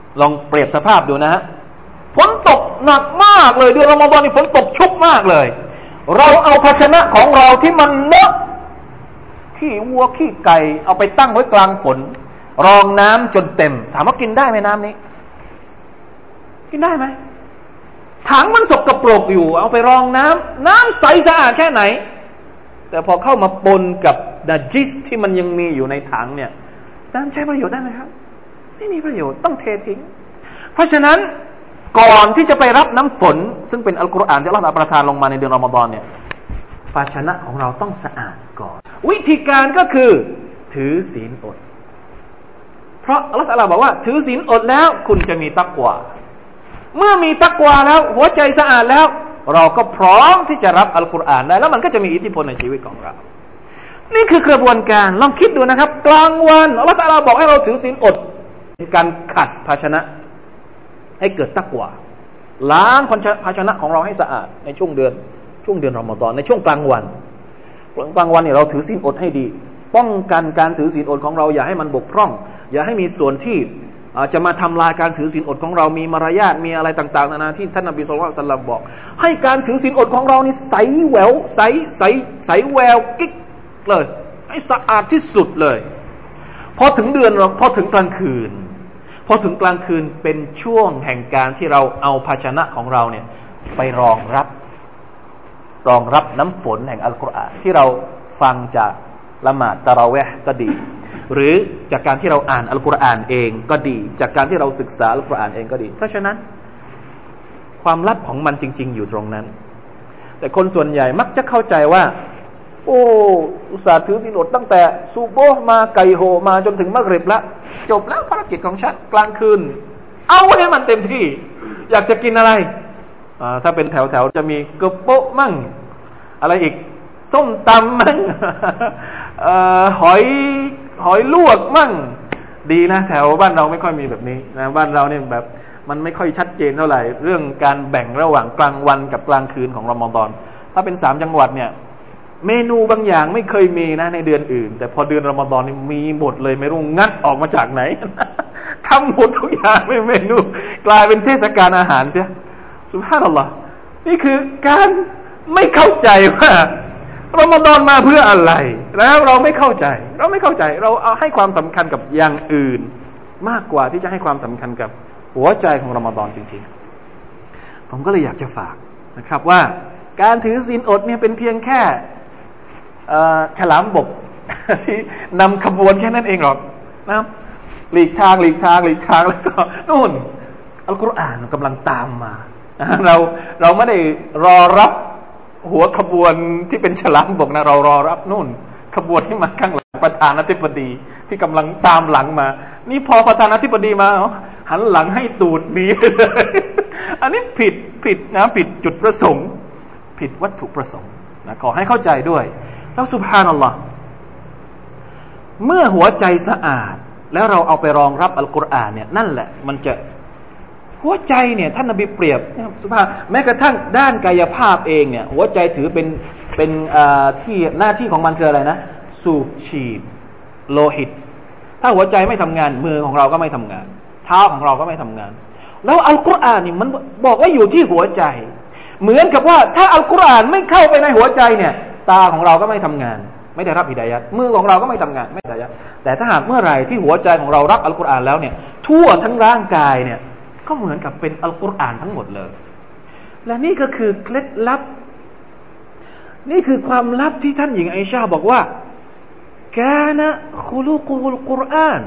ลองเปรียบสภาพดูนะฮะฝนตกหนักมากเลยเดือนรอมฎอนนี่ฝนตกชุกมากเลยเราเอาภาชนะของเราที่มันเลอะขี้วัวขี้ไก่เอาไปตั้งไว้กลางฝนรองน้ำจนเต็มถามว่ากินได้ไหมน้ำนี้กินได้ไหมถังมันสกปรกอยู่เอาไปรองน้ำน้ำใสสะอาดแค่ไหนแต่พอเข้ามาปนกับนาจิสที่มันยังมีอยู่ในถังเนี่ยน้ำใช้ประโยชน์ได้ไหมครับไม่มีประโยชน์ต้องเททิ้งเพราะฉะนั้นก่อนที่จะไปรับน้ำฝนซึ่งเป็นอัลกุรอานที่อัลเลาะห์ประทานลงมาในเดือนรอมฎอนเนี่ยภาชนะของเราต้องสะอาดก่อนวิธีการก็คือถือศีลอดเพราะอัลเลาะห์ตะอาลาบอกว่าถือศีลอดแล้วคุณจะมีตักวาเมื่อมีตักวาแล้วหัวใจสะอาดแล้วเราก็พร้อมที่จะรับอัลกุรอานได้แล้วมันก็จะมีอิทธิพลในชีวิตของเรานี่คือกระบวนการลองคิดดูนะครับกลางวันอัลเลาะห์ตะอาลาบอกให้เราถือศีลอดเป็นการขัดภาชนะให้เกิดตักวาล้างภาชนะของเราให้สะอาดในช่วงเดือนช่วงเดือนรอมฎอนในช่วงกลางวันกลางวันเนี่ยเราถือศีลอดให้ดีป้องกันการถือศีลอดของเราอย่าให้มันบกพร่องอย่าให้มีส่วนที่จะมาทำลายการถือศีลอดของเรามีมารยาทมีอะไรต่างๆนานาที่ท่านนบีศ็อลลัลลอฮุอะลัยฮิวะซัลลัมบอกให้การถือศีลอดของเรานี่ใสแหววใสใสใสแววกิ๊กเลยให้สะอาดที่สุดเลยพอถึงเดือนพอถึงกลางคืนพอถึงกลางคืนเป็นช่วงแห่งการที่เราเอาภาชนะของเราเนี่ยไปรองรับรองรับน้ำฝนแห่งอัลกุรอานที่เราฟังจากละหมาดตะเราะเวห์ก็ดีหรือจากการที่เราอ่านอัลกุรอานเองก็ดีจากการที่เราศึกษาอัลกุรอานเองก็ดีเพราะฉะนั้นความลับของมันจริงๆอยู่ตรงนั้นแต่คนส่วนใหญ่มักจะเข้าใจว่าโอ้อุตส่าห์ถือศีลอดตั้งแต่ซุบฮ์มาไกโฮมาจนถึงมักริบแล้วจบแล้วภารกิจของฉันกลางคืนเอาให้มันเต็มที่อยากจะกินอะไรอ่าถ้าเป็นแถวๆจะมีกระโปะมั่งอะไรอีกส้มตำมั่งเอ่อหอยหอยลวกมั่งดีนะแถวบ้านเราไม่ค่อยมีแบบนี้นะบ้านเราเนี่ยแบบมันไม่ค่อยชัดเจนเท่าไหร่เรื่องการแบ่งระหว่างกลางวันกับกลางคืนของรอมฎอนถ้าเป็นสามจังหวัดเนี่ยเมนูบางอย่างไม่เคยมีนะในเดือนอื่นแต่พอเดือนรอมฎอนนี่มีหมดเลยไม่รู้งัดออกมาจากไหนทำหมดทุกอย่างไม่เมนูกลายเป็นเทศกาลอาหารใช่ซุบฮานัลลอฮ์นี่คือการไม่เข้าใจว่ารอมฎอนมาเพื่ออะไรแล้วเราไม่เข้าใจเราไม่เข้าใจเราเอาให้ความสำคัญกับอย่างอื่นมากกว่าที่จะให้ความสำคัญกับหัวใจของรอมฎอนจริงๆผมก็เลยอยากจะฝากนะครับว่าการถือศีลอดเนี่ยเป็นเพียงแค่ฉลามบกที่นำขบวนแค่นั้นเองหรอกนะครับหลีกทางหลีกทางหลีกทางแล้วก็นู่นอัลกุรอานกำลังตามมาเราเราไม่ได้รอรับหัวขบวนที่เป็นฉลามบกนะเรารอรับนู่นขบวนที่มาข้างหลังประธานาธิบดีที่กำลังตามหลังมานี่พอประธานาธิบดีมาหันหลังให้ตูดหนีเลยอันนี้ผิดผิดนะผิดจุดประสงค์ผิดวัตถุประสงค์นะขอให้เข้าใจด้วยแล้วซุบฮานัลลอฮ์เมื่อหัวใจสะอาดแล้วเราเอาไปรองรับอัลกุรอานเนี่ยนั่นแหละมันจะหัวใจเนี่ยท่านนบีเปรียบซุบฮาแม้กระทั่งด้านกายภาพเองเนี่ยหัวใจถือเป็นเป็นที่หน้าที่ของมันคืออะไรนะสูบฉีดโลหิตถ้าหัวใจไม่ทำงานมือของเราก็ไม่ทำงานเท้าของเราก็ไม่ทำงานแล้วอัลกุรอานนี่มันบอกว่าอยู่ที่หัวใจเหมือนกับว่าถ้าอัลกุรอานไม่เข้าไปในหัวใจเนี่ยตาของเราก็ไม่ทำงานไม่ได้รับฮิดายะห์มือของเราก็ไม่ทำงานไม่ได้ฮิดายะห์แต่ถ้าหากเมื่อไหร่ที่หัวใจของเรารับอัลกุรอานแล้วเนี่ยทั่วทั้งร่างกายเนี่ยก็เหมือนกับเป็นอัลกุรอานทั้งหมดเลยและนี่ก็คือเคล็ดลับนี่คือความลับที่ท่านหญิงไอชาบอกว่ากานะคุลุกุลกุรอาน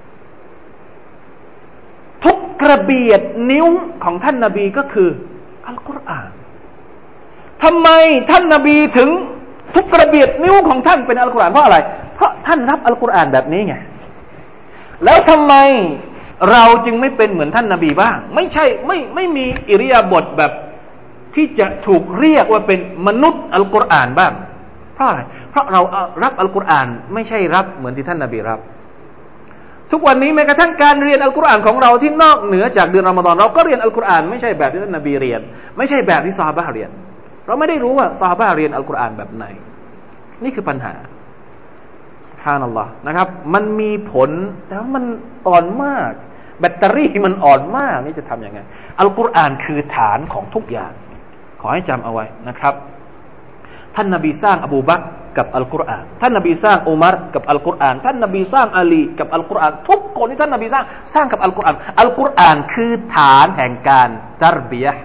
ทุกกระเบียดนิ้วของท่านนบีก็คืออัลกุรอานทำไมท่านนบีถึงทุกกระเบียดนิ้วของท่านเป็นอัลกุรอานเพราะอะไรเพราะท่านรับอัลกุรอานแบบนี้ไงแล้วทำไมเราจึงไม่เป็นเหมือนท่านนบีบ้างไม่ใช่ไม่ไม่มีอิริยาบถแบบที่จะถูกเรียกว่าเป็นมนุษย์อัลกุรอานบ้างเพราะอะไรเพราะเรารับอัลกุรอานไม่ใช่รับเหมือนที่ท่านนบีรับทุกวันนี้แม้กระทั่งการเรียนอัลกุรอานของเราที่นอกเหนือจากเดือนรอมฎอนเราก็เรียนอัลกุรอานไม่ใช่แบบที่ท่านนบีเรียนไม่ใช่แบบที่ซอฮาบะห์เรียนเราไม่ได้รู้ว่าซอฮาบะห์เรียนอัลกุรอานแบบไหนนี่คือปัญหาซุบฮานัลลอฮ์นะครับมันมีผลแต่ว่ามันอ่อนมากแบตเตอรี่มันอ่อนมากนี่จะทำยังไงอัลกุรอานคือฐานของทุกอย่างขอให้จำเอาไว้นะครับท่านนบีสร้างอบูบักรกับอัลกุรอานท่านนบีสร้างอุมัรกับอัลกุรอานท่านนบีสร้างอาลีกับอัลกุรอานทุกคนที่ท่านนบีสร้างสร้างกับอัลกุรอานอัลกุรอานคือฐานแห่งการตัรบียะห์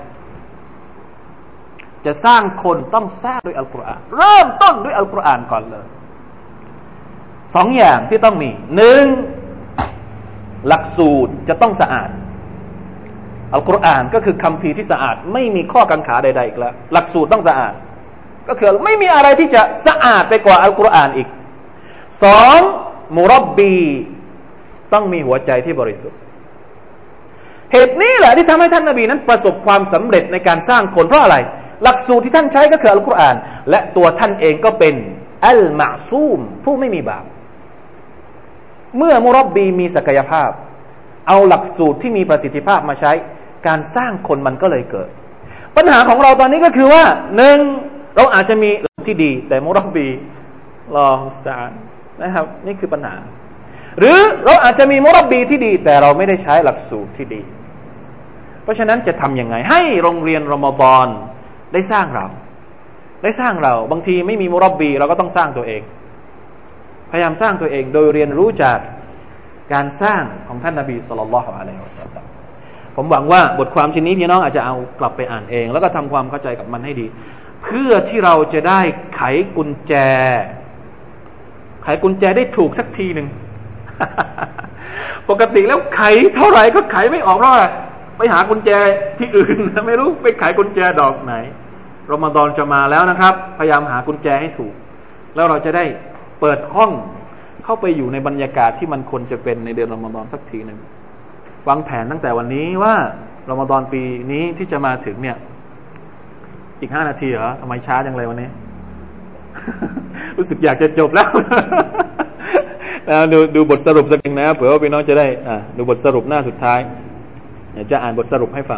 จะสร้างคนต้องสร้างด้วยอัลกุรอานเริ่มต้นด้วยอัลกุรอานก่อนเลยสองอย่างที่ต้องมีหนึ่งหลักสูตรจะต้องสะอาดอัลกุรอานก็คือคัมภีร์ที่สะอาดไม่มีข้อกังขาใดๆอีกแล้วหลักสูตรต้องสะอาดก็คือไม่มีอะไรที่จะสะอาดไปกว่าอัลกุรอานอีกสองมุรับบีต้องมีหัวใจที่บริสุทธิ์เหตุนี้แหละที่ทำให้ท่านนบีนั้นประสบความสำเร็จในการสร้างคนเพราะอะไรหลักสูตรที่ท่านใช้ก็คืออัลกุรอานและตัวท่านเองก็เป็นอัลมะซูมผู้ไม่มีบาปเมื่อมุรับบีมีศักยภาพเอาหลักสูตรที่มีประสิทธิภาพมาใช้การสร้างคนมันก็เลยเกิดปัญหาของเราตอนนี้ก็คือว่าหนึ่งเราอาจจะมีหลักที่ดีแต่มุรับบีลอมุสตาอันนะครับนี่คือปัญหาหรือเราอาจจะมีมุรับบีที่ดีแต่เราไม่ได้ใช้หลักสูตรที่ดีเพราะฉะนั้นจะทำยังไงให้โรงเรียนรอมฎอนได้สร้างเราได้สร้างเราบางทีไม่มีมุรับบีเราก็ต้องสร้างตัวเองพยายามสร้างตัวเองโดยเรียนรู้จากการสร้างของท่านนบีศ็อลลัลลอฮุอะลัยฮิวะซัลลัมผมหวังว่าบทความชิ้นนี้พี่น้องอาจจะเอากลับไปอ่านเองแล้วก็ทำความเข้าใจกับมันให้ดีเพื่อที่เราจะได้ไขกุญแจไขกุญแจได้ถูกสักทีหนึ่ง ปกติแล้วไขเท่าไหร่ก็ไขไม่ออกเพราะอะไรไปหากุญแจที่อื่นไม่รู้ไปไขกุญแจดอกไหนรอมฎอนจะมาแล้วนะครับพยายามหากุญแจให้ถูกแล้วเราจะได้เปิดห้องเข้าไปอยู่ในบรรยากาศที่มันควรจะเป็นในเดือนรอมฎอนสักทีหนึ่งวางแผนตั้งแต่วันนี้ว่ารอมฎอนปีนี้ที่จะมาถึงเนี่ยอีกห้านาทีเหรอทำไมช้าจังเลยวันนี้ รู้สึกอยากจะจบแล้ว ดูดูบทสรุปสักหนึ่งนะเผื่อว่าพี่น้องจะได้อ่าดูบทสรุปหน้าสุดท้ายเดี๋ยวจะอ่านบทสรุปให้ฟัง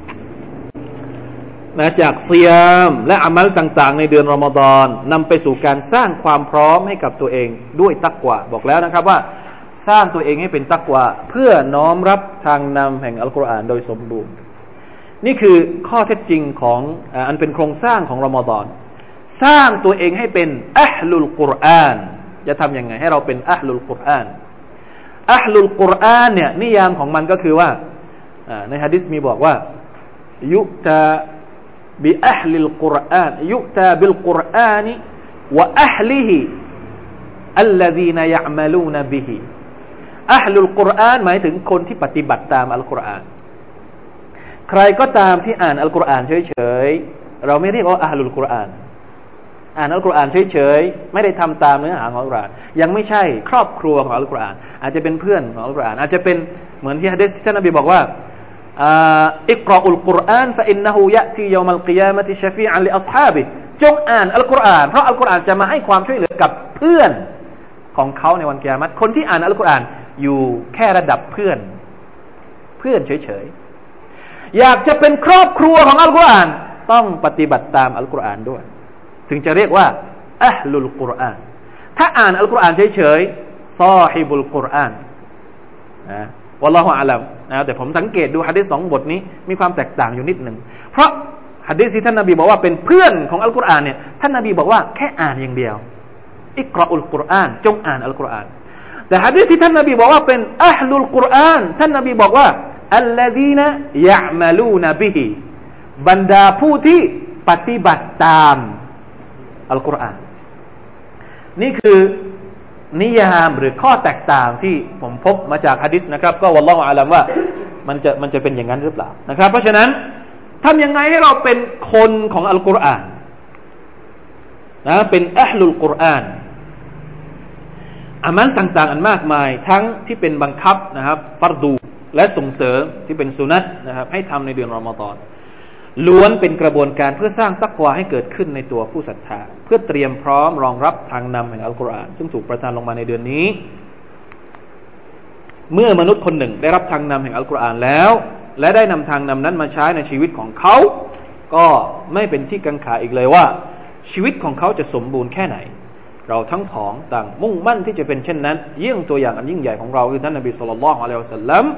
นะจากซิยามและอามัลต่างๆในเดือนรอมฎอนนำไปสู่การสร้างความพร้อมให้กับตัวเองด้วยตักวาบอกแล้วนะครับว่าสร้างตัวเองให้เป็นตักวาเพื่อน้อมรับทางนำแห่งอัลกุรอานโดยสมบูรณ์นี่คือข้อเท็จจริงของอันเป็นโครงสร้างของรอมฎอนสร้างตัวเองให้เป็นอะห์ลุลกุรอานจะทำยังไงให้เราเป็นอะห์ลุลกุรอานอะห์ลุลกุรอานเนี่ยนิยามของมันก็คือว่าในหะดีษมีบอกว่ายุตาบิอะห์ลิลกุรอานยุตาบิลกุรอานวะอะห์ลิฮิอัลลซีนยะอ์มะลูนบิฮิอะห์ลุลกุรอานหมายถึงคนที่ปฏิบัติตามอัลกุรอานใครก็ตามที่อ่านอัลกุรอานเฉยๆเราไม่เรียกว่าอะห์ลุลกุรอานอ่านอัลกุรอานเฉยๆไม่ได้ทำตามเนื้อหาของอัลกุรอานยังไม่ใช่ครอบครัวของอัลกุรอานอาจจะเป็นเพื่อนของอัลกุรอานอาจจะเป็นเหมือนที่หะดีษที่ท่านนบีบอกว่าอิกรออุลกุรอานฟะอินนะฮูยะตียอมัลกิยามะติชะฟีอันลิอัศฮาบิจงอ่านอัลกุรอานเพราะอัลกุรอานจะมาให้ความช่วยเหลือกับเพื่อนของเขาในวันกิยามะฮ์คนที่อ่านอัลกุรอานอยู่แค่ระดับเพื่อนเพื่อนเฉยๆอยากจะเป็นครอบครัวของอัลกุรอานต้องปฏิบัติตามอัลกุรอานด้วยถึงจะเรียกว่าอะห์ลุลกุรอานถ้าอ่านอัลกุรอานเฉยๆซอฮิบุลกุรอานนะวัลลอฮุอะลัมนะแต่ผมสังเกตดูหะดีษสองบทนี้มีความแตกต่างอยู่นิดนึงเพราะหะดีษที่ท่านนบีบอกว่าเป็นเพื่อนของอัลกุรอานเนี่ยท่านนบีบอกว่าแค่อ่านอย่างเดียวอิกรออุลกุรอานจงอ่านอัลกุรอานแต่หะดีษที่ท่านนบีบอกว่าเป็นอะห์ลุลกุรอานท่านนบีบอกว่าอัลลซีนยะอ์มะลูนบิฮิบรรดาผู้ที่ปฏิบัติตามอัลกุรอานนี่คือนิยามหรือข้อแตกต่างที่ผมพบมาจากหะดีษนะครับก็วัลลอฮุอาลัมว่ามันจะมันจะเป็นอย่างนั้นหรือเปล่านะครับเพราะฉะนั้นทำยังไงให้เราเป็นคนของอัลกุรอานนะเป็นอะห์ลุลกุรอานอามัลต่างๆอันมากมายทั้งที่เป็นบังคับนะครับฟัรดูและส่งเสริมที่เป็นสุนัตนะครับให้ทำในเดือนรอมฎอนล้วนเป็นกระบวนการเพื่อสร้างตักวาให้เกิดขึ้นในตัวผู้ศรัทธาเพื่อเตรียมพร้อมรองรับทางนำแห่งอัลกุรอานซึ่งถูกประทานลงมาในเดือนนี้เมื่อมนุษย์คนหนึ่งได้รับทางนำแห่งอัลกุรอานแล้วและได้นำทางนำนั้นมาใช้ในชีวิตของเขาก็ไม่เป็นที่กังขาอีกเลยว่าชีวิตของเขาจะสมบูรณ์แค่ไหนเราทั้งผองต่างมุ่งมั่นที่จะเป็นเช่นนั้นเยี่ยงตัวอย่างอันยิ่งใหญ่ของเราคือท่านนบีศ็อลลัลลอฮุอะลัยฮิวะซัลลัม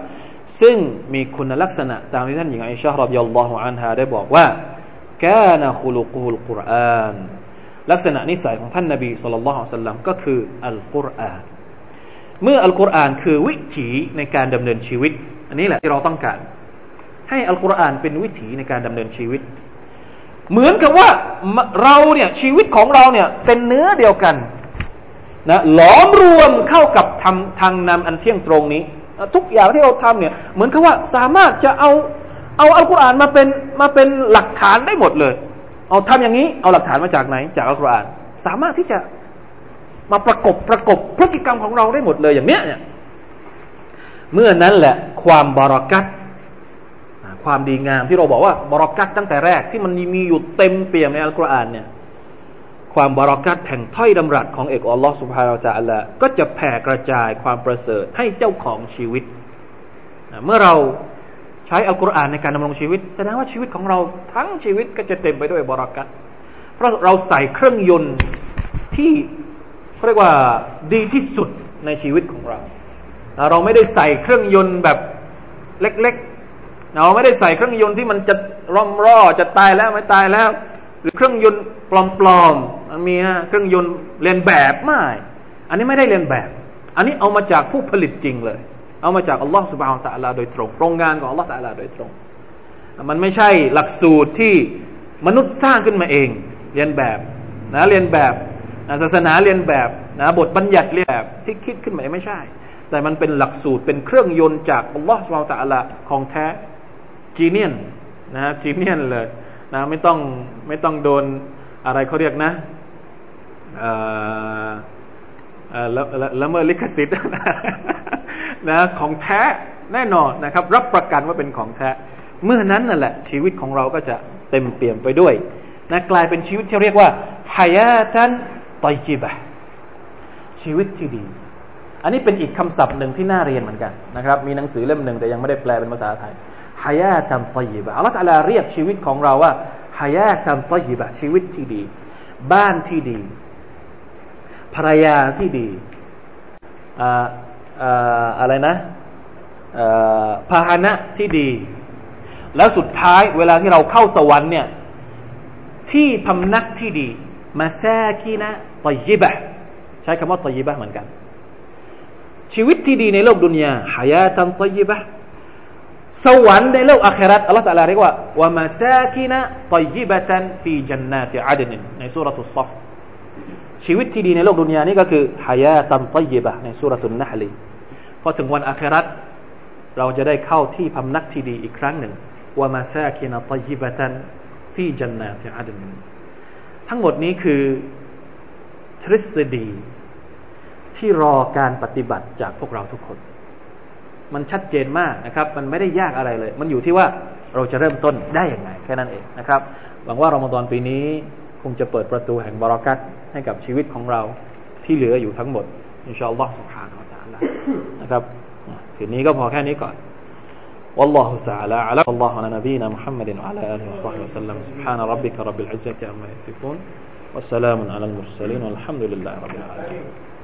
ซึ่งมีคุณลักษณะตามที่ท่านหญิงไอชะห์รอฎิยัลลอฮุอันฮาได้บอกว่ากานะคุลุกุลกุรอานลักษณะนิสัยของท่านนบีศ็อลลัลลอฮุอะลัยฮิวะซัลลัมก็คืออัลกุรอานเมื่ออัลกุรอานคือวิถีในการดำเนินชีวิตอันนี้แหละที่เราต้องการให้อัลกุรอานเป็นวิถีในการดำเนินชีวิตเหมือนกับว่าเราเนี่ยชีวิตของเราเนี่ยเป็นเนื้อเดียวกันนะหลอมรวมเข้ากับทำทางนำอันเที่ยงตรงนี้ทุกอย่างที่เราทำเนี่ยเหมือนกับว่าสามารถจะเอาเอาอัลกุรอานมาเป็นมาเป็นหลักฐานได้หมดเลยเอาทำอย่างนี้เอาหลักฐานมาจากไหนจากอัลกุรอานสามารถที่จะมาประกบประกบพฤติกรรมของเราได้หมดเลยอย่างเนี้ยเนี่ยเมื่อนั้นแหละความบารักัตความดีงามที่เราบอกว่าบารักัตตั้งแต่แรกที่มันมีอยู่เต็มเปี่ยมในอัลกุรอานเนี่ยความบารักัตแห่งถ้อยดำรัสของเอกอัลลอฮฺซุบฮานะฮูวะตะอาลาก็จะแผ่กระจายความประเสริฐให้เจ้าของชีวิตเมื่อเราใช้อัลกุรอานในการดำรงชีวิตแสดงว่าชีวิตของเราทั้งชีวิตก็จะเต็มไปด้วยบารักัตเพราะเราใส่เครื่องยนต์ที่เรียกว่าดีที่สุดในชีวิตของเราเราไม่ได้ใส่เครื่องยนต์แบบเล็กๆเราไม่ได้ใส่เครื่องยนต์ที่มันจะร่อมร่อจะตายแล้วไม่ตายแล้วหรือเครื่องยนต์ปลอมๆมันมีนะเครื่องยนต์เลียนแบบไม่อันนี้ไม่ได้เลียนแบบอันนี้เอามาจากผู้ผลิตจริงเลยเอามาจากอัลลอฮฺซุบฮานะฮูวะตะอาลาโดยตรงโรงงานของอัลลอฮฺตะอาลาโดยตรงมันไม่ใช่หลักสูตรที่มนุษย์สร้างขึ้นมาเองเรียนแบบนะเรียนแบบศาสนาเรียนแบบนะบทบัญญัติเรียนแบบที่คิดขึ้นมาไม่ใช่แต่มันเป็นหลักสูตรเป็นเครื่องยนต์จากอัลลอฮฺซุบฮานะฮูวะตะอาลาของแท้จีเนียนนะจีเนียนเลยนะไม่ต้องไม่ต้องโดนอะไรเขาเรียกนะเอ่อเอ่อแล้วแล้วเมื่อลิขสิทธิ์นะของแท้แน่นอนนะครับรับประกันว่าเป็นของแท้เมื่อนั้นนั่นแหละชีวิตของเราก็จะเต็มเปี่ยมไปด้วยนะกลายเป็นชีวิตที่เรียกว่าฮายาตันฏอยญิบะห์ชีวิตที่ดีอันนี้เป็นอีกคำศัพท์หนึ่งที่น่าเรียนเหมือนกันนะครับมีหนังสือเล่มหนึ่งแต่ยังไม่ได้แปลเป็นภาษาไทยฮายาตันฏอยญิบะห์อัลเลาะห์ตะอาลาเรียกชีวิตของเราว่าฮายาตันฏอยญิบะห์ชีวิตที่ดีบ้านที่ดีภรรยาที่ดีอ่าอ่าอะไรนะพาหนะที่ดีแล้วสุดท้ายเวลาที่เราเข้าสวรรค์เนี่ยที่พำนักที่ดีมาซากีนะฏอยญิบะห์ใช้คำว่าฏอยญิบะห์เหมือนกันชีวิตที่ดีในโลกดุนยาฮายาตันฏอยญิบะห์สวรรค์ในโลกอาคิเราะห์อัลเลาะห์ตะอาลาเรียกว่าวะมาซากีนะฏอยญิบะตันฟีญันนาติอะดนในซูเราะตุศศฟชีวิตที่ดีในโลกดุนยานี่ก็คือฮายาตันฏอยญิบะห์ในซูเราะตุนนะฮ์ลพอถึงวันอาคิเราะห์เราจะได้เข้าที่พำนักที่ดีอีกครั้งหนึ่งวะมาซากินะฏอยญิบะตันฟีญันนาติอะดนทั้งหมดนี้คือทฤษฎีที่รอการปฏิบัติจากพวกเราทุกคนมันชัดเจนมากนะครับมันไม่ได้ยากอะไรเลยมันอยู่ที่ว่าเราจะเริ่มต้นได้อย่างไรแค่นั้นเองนะครับหวังว่ารอมฎอนปีนี้คงจะเปิดประตูแห่งบารอกัตให้กับชีวิตของเราที่เหลืออยู่ทั้งหมดอินชาอัลลอฮฺ سبحانه และ تعالى นะครับคืนนี้ก็พอแค่นี้ก่อน والله تعالى أعلم والله على نبينا محمد وعلى آله وصحبه وسلم سبحان ربك رب العزة عما يصفون والسلام على المرسلين والحمد لله رب العالمين